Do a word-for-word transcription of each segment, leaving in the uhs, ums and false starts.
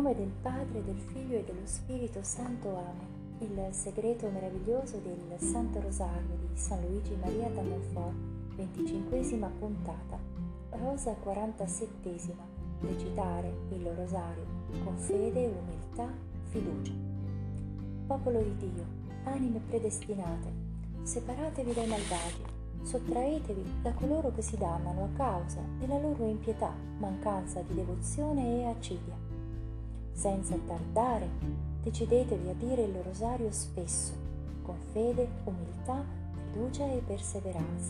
nome del Padre, del Figlio e dello Spirito Santo. Amen. Il segreto meraviglioso del Santo Rosario di San Luigi Maria da Montfort, venticinquesima puntata. Rosa quarantasettesima. Recitare il Rosario con fede, umiltà, fiducia. Popolo di Dio, anime predestinate, separatevi dai malvagi, sottraetevi da coloro che si dannano a causa della loro impietà, mancanza di devozione e accidia. Senza tardare, decidetevi a dire il Rosario spesso, con fede, umiltà, fiducia e perseveranza.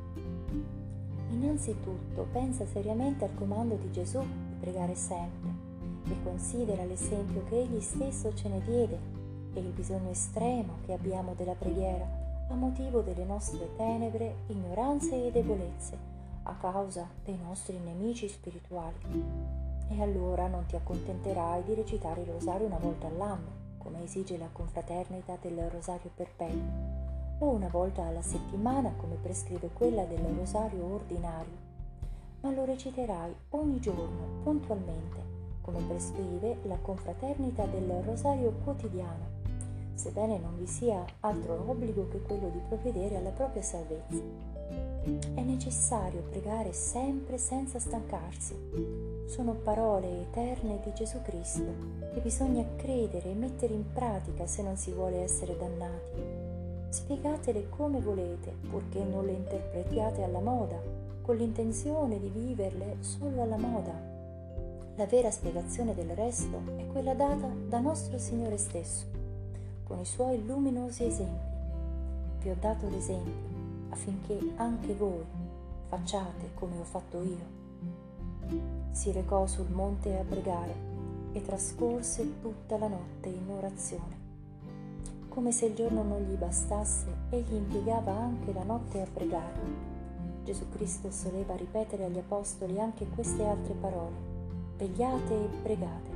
Innanzitutto pensa seriamente al comando di Gesù di pregare sempre e considera l'esempio che egli stesso ce ne diede e il bisogno estremo che abbiamo della preghiera a motivo delle nostre tenebre, ignoranze e debolezze, a causa dei nostri nemici spirituali. E allora non ti accontenterai di recitare il Rosario una volta all'anno, come esige la confraternita del Rosario Perpetuo, o una volta alla settimana, come prescrive quella del Rosario ordinario, ma lo reciterai ogni giorno, puntualmente, come prescrive la confraternita del Rosario quotidiano, sebbene non vi sia altro obbligo che quello di provvedere alla propria salvezza. È necessario pregare sempre senza stancarsi. Sono parole eterne di Gesù Cristo che bisogna credere e mettere in pratica se non si vuole essere dannati. Spiegatele come volete, purché non le interpretiate alla moda, con l'intenzione di viverle solo alla moda. La vera spiegazione del resto è quella data da nostro Signore stesso, con i suoi luminosi esempi. Vi ho dato l'esempio affinché anche voi facciate come ho fatto io. Si recò sul monte a pregare e trascorse tutta la notte in orazione. Come se il giorno non gli bastasse, egli impiegava anche la notte a pregare. Gesù Cristo soleva ripetere agli apostoli anche queste altre parole: vegliate e pregate.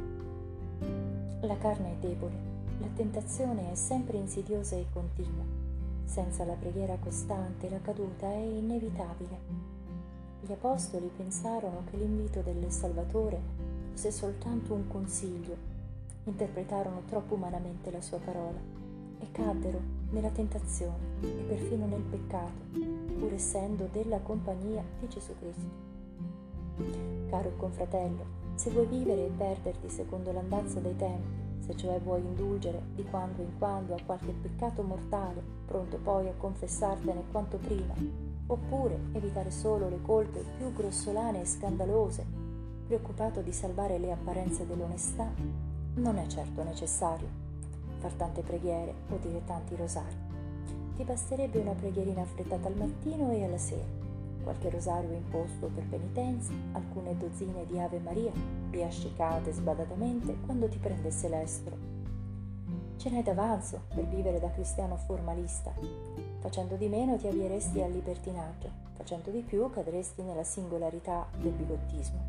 La carne è debole, la tentazione è sempre insidiosa e continua. Senza la preghiera costante la caduta è inevitabile. Gli apostoli pensarono che l'invito del Salvatore fosse soltanto un consiglio, interpretarono troppo umanamente la sua parola e caddero nella tentazione e perfino nel peccato, pur essendo della compagnia di Gesù Cristo. Caro confratello, se vuoi vivere e perderti secondo l'andazzo dei tempi, se cioè vuoi indulgere di quando in quando a qualche peccato mortale, pronto poi a confessartene quanto prima, oppure evitare solo le colpe più grossolane e scandalose, preoccupato di salvare le apparenze dell'onestà, non è certo necessario far tante preghiere o dire tanti rosari. Ti basterebbe una preghierina affrettata al mattino e alla sera, qualche rosario imposto per penitenza, alcune dozzine di Ave Maria, biascicate sbadatamente quando ti prendesse l'estro. Ce n'è d'avanzo per vivere da cristiano formalista. Facendo di meno ti avvieresti al libertinaggio, facendo di più cadresti nella singolarità del bigottismo.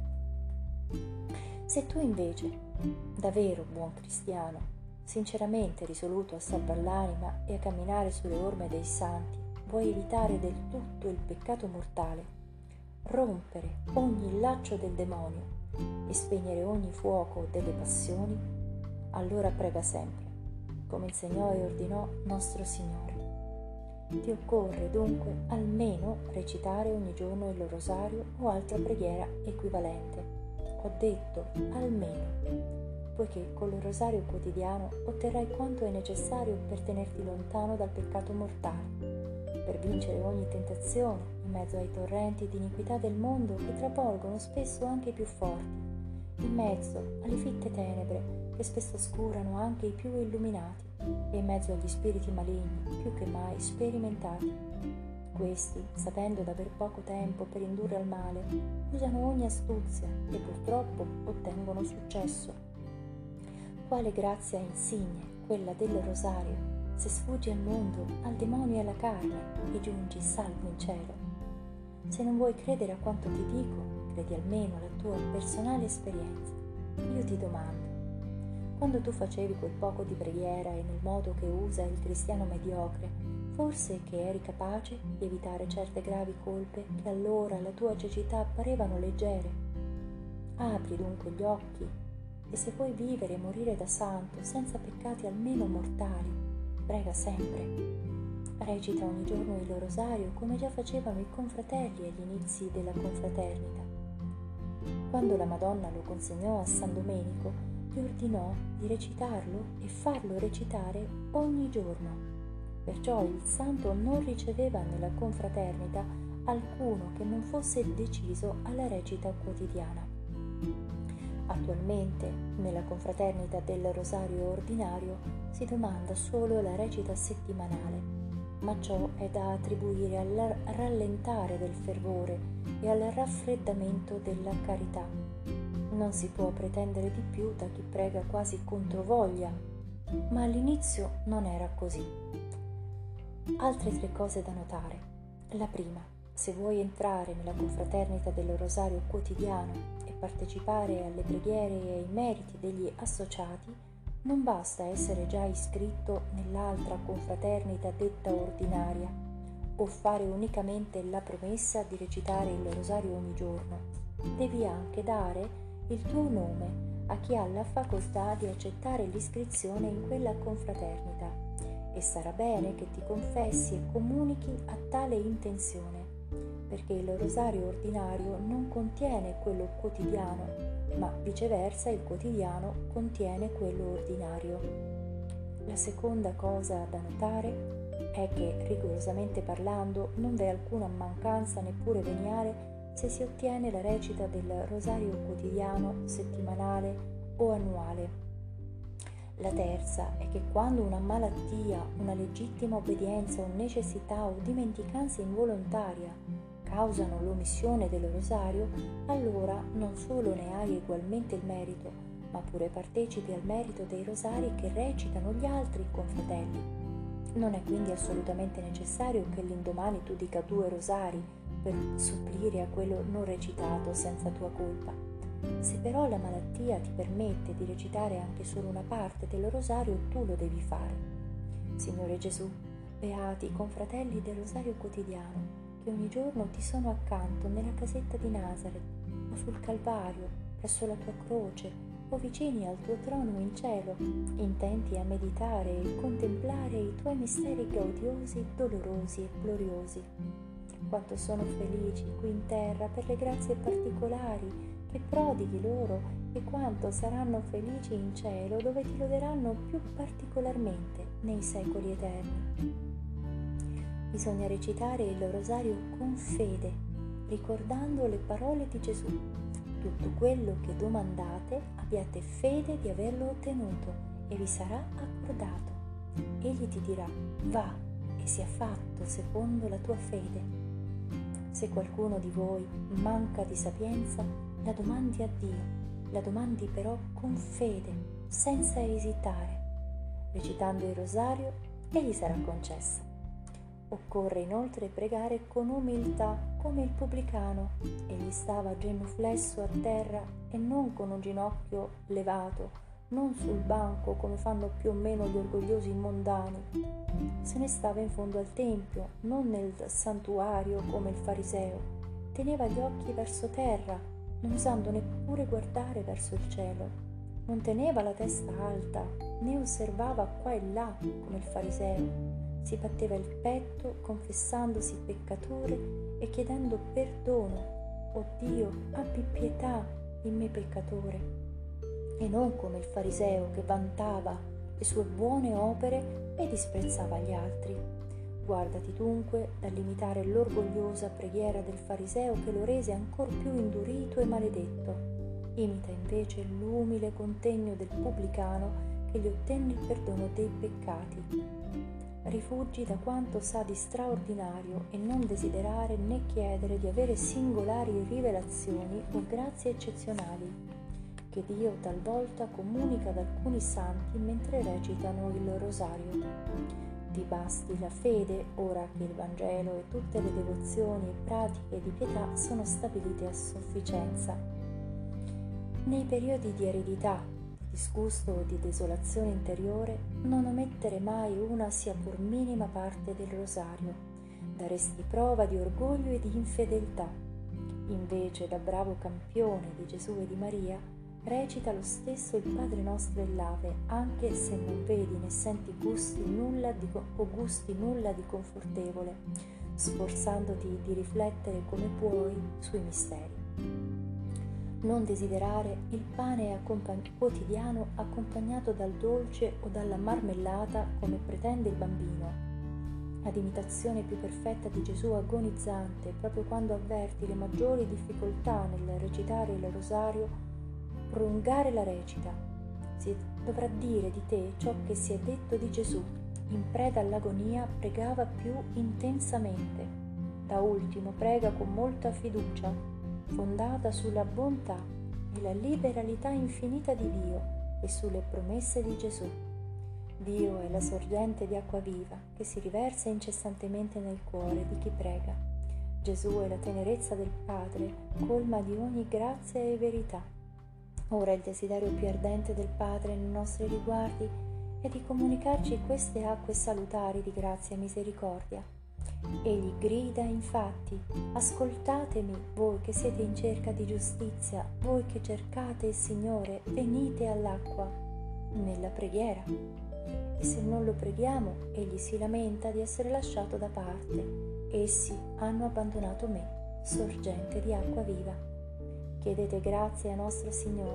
Se tu invece, davvero buon cristiano, sinceramente risoluto a salvar l'anima e a camminare sulle orme dei santi, vuoi evitare del tutto il peccato mortale, rompere ogni laccio del demonio e spegnere ogni fuoco delle passioni, allora prega sempre, come insegnò e ordinò nostro Signore. Ti occorre dunque almeno recitare ogni giorno il Rosario o altra preghiera equivalente. Ho detto almeno, poiché con il Rosario quotidiano otterrai quanto è necessario per tenerti lontano dal peccato mortale, per vincere ogni tentazione in mezzo ai torrenti di iniquità del mondo che travolgono spesso anche i più forti, in mezzo alle fitte tenebre che spesso oscurano anche i più illuminati e in mezzo agli spiriti maligni più che mai sperimentati. Questi, sapendo d'aver poco tempo per indurre al male, usano ogni astuzia e purtroppo ottengono successo. Quale grazia insigne quella del Rosario, se sfuggi al mondo, al demonio e alla carne e giungi salvo in cielo. Se non vuoi credere a quanto ti dico, credi almeno alla tua personale esperienza. Io ti domando, quando tu facevi quel poco di preghiera e nel modo che usa il cristiano mediocre, forse che eri capace di evitare certe gravi colpe che allora alla tua cecità parevano leggere? Apri dunque gli occhi e se vuoi vivere e morire da santo senza peccati almeno mortali, prega sempre. Recita ogni giorno il rosario come già facevano i confratelli agli inizi della confraternita. Quando la Madonna lo consegnò a San Domenico, gli ordinò di recitarlo e farlo recitare ogni giorno. Perciò il santo non riceveva nella confraternita alcuno che non fosse deciso alla recita quotidiana. Attualmente, nella confraternita del rosario ordinario si domanda solo la recita settimanale, ma ciò è da attribuire al rallentare del fervore e al raffreddamento della carità. Non si può pretendere di più da chi prega quasi controvoglia, ma all'inizio non era così. Altre tre cose da notare. La prima, se vuoi entrare nella confraternita del rosario quotidiano e partecipare alle preghiere e ai meriti degli associati, non basta essere già iscritto nell'altra confraternita detta ordinaria o fare unicamente la promessa di recitare il rosario ogni giorno. Devi anche dare il tuo nome a chi ha la facoltà di accettare l'iscrizione in quella confraternita e sarà bene che ti confessi e comunichi a tale intenzione, perché il rosario ordinario non contiene quello quotidiano, ma viceversa il quotidiano contiene quello ordinario. La seconda cosa da notare è che, rigorosamente parlando, non v'è alcuna mancanza neppure veniale se si ottiene la recita del rosario quotidiano, settimanale o annuale. La terza è che quando una malattia, una legittima obbedienza o necessità o dimenticanza involontaria causano l'omissione del rosario, allora non solo ne hai ugualmente il merito, ma pure partecipi al merito dei rosari che recitano gli altri confratelli. Non è quindi assolutamente necessario che l'indomani tu dica due rosari per supplire a quello non recitato senza tua colpa. Se però la malattia ti permette di recitare anche solo una parte del rosario, tu lo devi fare. Signore Gesù, beati i confratelli del rosario quotidiano, che ogni giorno ti sono accanto nella casetta di Nazaret, o sul Calvario, presso la tua croce, o vicini al tuo trono in cielo, intenti a meditare e contemplare i tuoi misteri gaudiosi, dolorosi e gloriosi. Quanto sono felici qui in terra per le grazie particolari che prodighi loro, e quanto saranno felici in cielo, dove ti loderanno più particolarmente nei secoli eterni. Bisogna recitare il rosario con fede, ricordando le parole di Gesù. Tutto quello che domandate, abbiate fede di averlo ottenuto e vi sarà accordato. Egli ti dirà: va, e sia fatto secondo la tua fede. Se qualcuno di voi manca di sapienza, la domandi a Dio, la domandi però con fede, senza esitare. Recitando il rosario, egli sarà concessa. Occorre inoltre pregare con umiltà come il pubblicano. Egli stava genuflesso a terra e non con un ginocchio levato, non sul banco come fanno più o meno gli orgogliosi mondani. Se ne stava in fondo al tempio, non nel santuario come il fariseo. Teneva gli occhi verso terra, non osando neppure guardare verso il cielo. Non teneva la testa alta, né osservava qua e là come il fariseo. Si batteva il petto confessandosi peccatore e chiedendo perdono: «O Dio, abbi pietà in me peccatore». E non come il fariseo che vantava le sue buone opere e disprezzava gli altri. Guardati dunque dall'imitare l'orgogliosa preghiera del fariseo che lo rese ancor più indurito e maledetto. Imita invece l'umile contegno del pubblicano che gli ottenne il perdono dei peccati. Rifuggi da quanto sa di straordinario e non desiderare né chiedere di avere singolari rivelazioni o grazie eccezionali, che Dio talvolta comunica ad alcuni santi mentre recitano il rosario. Ti basti la fede ora che il Vangelo e tutte le devozioni e pratiche di pietà sono stabilite a sufficienza. Nei periodi di aridità, di disgusto o di desolazione interiore, non omettere mai una sia pur minima parte del rosario. Daresti prova di orgoglio e di infedeltà. Invece, da bravo campione di Gesù e di Maria, recita lo stesso il Padre nostro e l'Ave, anche se non vedi né senti gusti nulla di, o gusti nulla di confortevole, sforzandoti di riflettere come puoi sui misteri. Non desiderare il pane accompagn- quotidiano accompagnato dal dolce o dalla marmellata come pretende il bambino. Ad imitazione più perfetta di Gesù agonizzante, proprio quando avverti le maggiori difficoltà nel recitare il rosario, prolungare la recita. Si dovrà dire di te ciò che si è detto di Gesù. In preda all'agonia pregava più intensamente. Da ultimo prega con molta fiducia, fondata sulla bontà e la liberalità infinita di Dio e sulle promesse di Gesù. Dio è la sorgente di acqua viva che si riversa incessantemente nel cuore di chi prega. Gesù è la tenerezza del Padre, colma di ogni grazia e verità. Ora il desiderio più ardente del Padre nei nostri riguardi è di comunicarci queste acque salutari di grazia e misericordia. Egli grida infatti: ascoltatemi, voi che siete in cerca di giustizia, voi che cercate il Signore, venite all'acqua, nella preghiera. E se non lo preghiamo, egli si lamenta di essere lasciato da parte. Essi hanno abbandonato me, sorgente di acqua viva. Chiedete grazie a nostro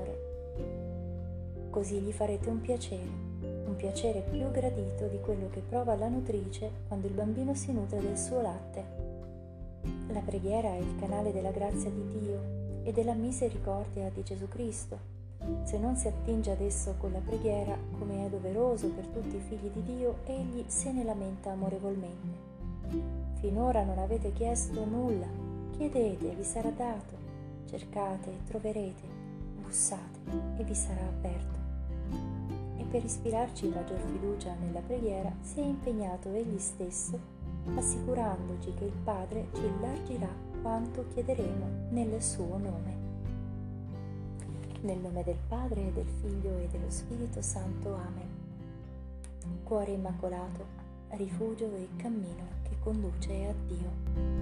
Signore, così gli farete un piacere, un piacere più gradito di quello che prova la nutrice quando il bambino si nutre del suo latte. La preghiera è il canale della grazia di Dio e della misericordia di Gesù Cristo. Se non si attinge ad esso con la preghiera, come è doveroso per tutti i figli di Dio, egli se ne lamenta amorevolmente. Finora non avete chiesto nulla, chiedete e vi sarà dato, cercate e troverete, bussate e vi sarà aperto. E per ispirarci maggior fiducia nella preghiera si è impegnato egli stesso, assicurandoci che il Padre ci illargirà quanto chiederemo nel suo nome. Nel nome del Padre, e del Figlio e dello Spirito Santo. Amen. Cuore immacolato, rifugio e cammino che conduce a Dio.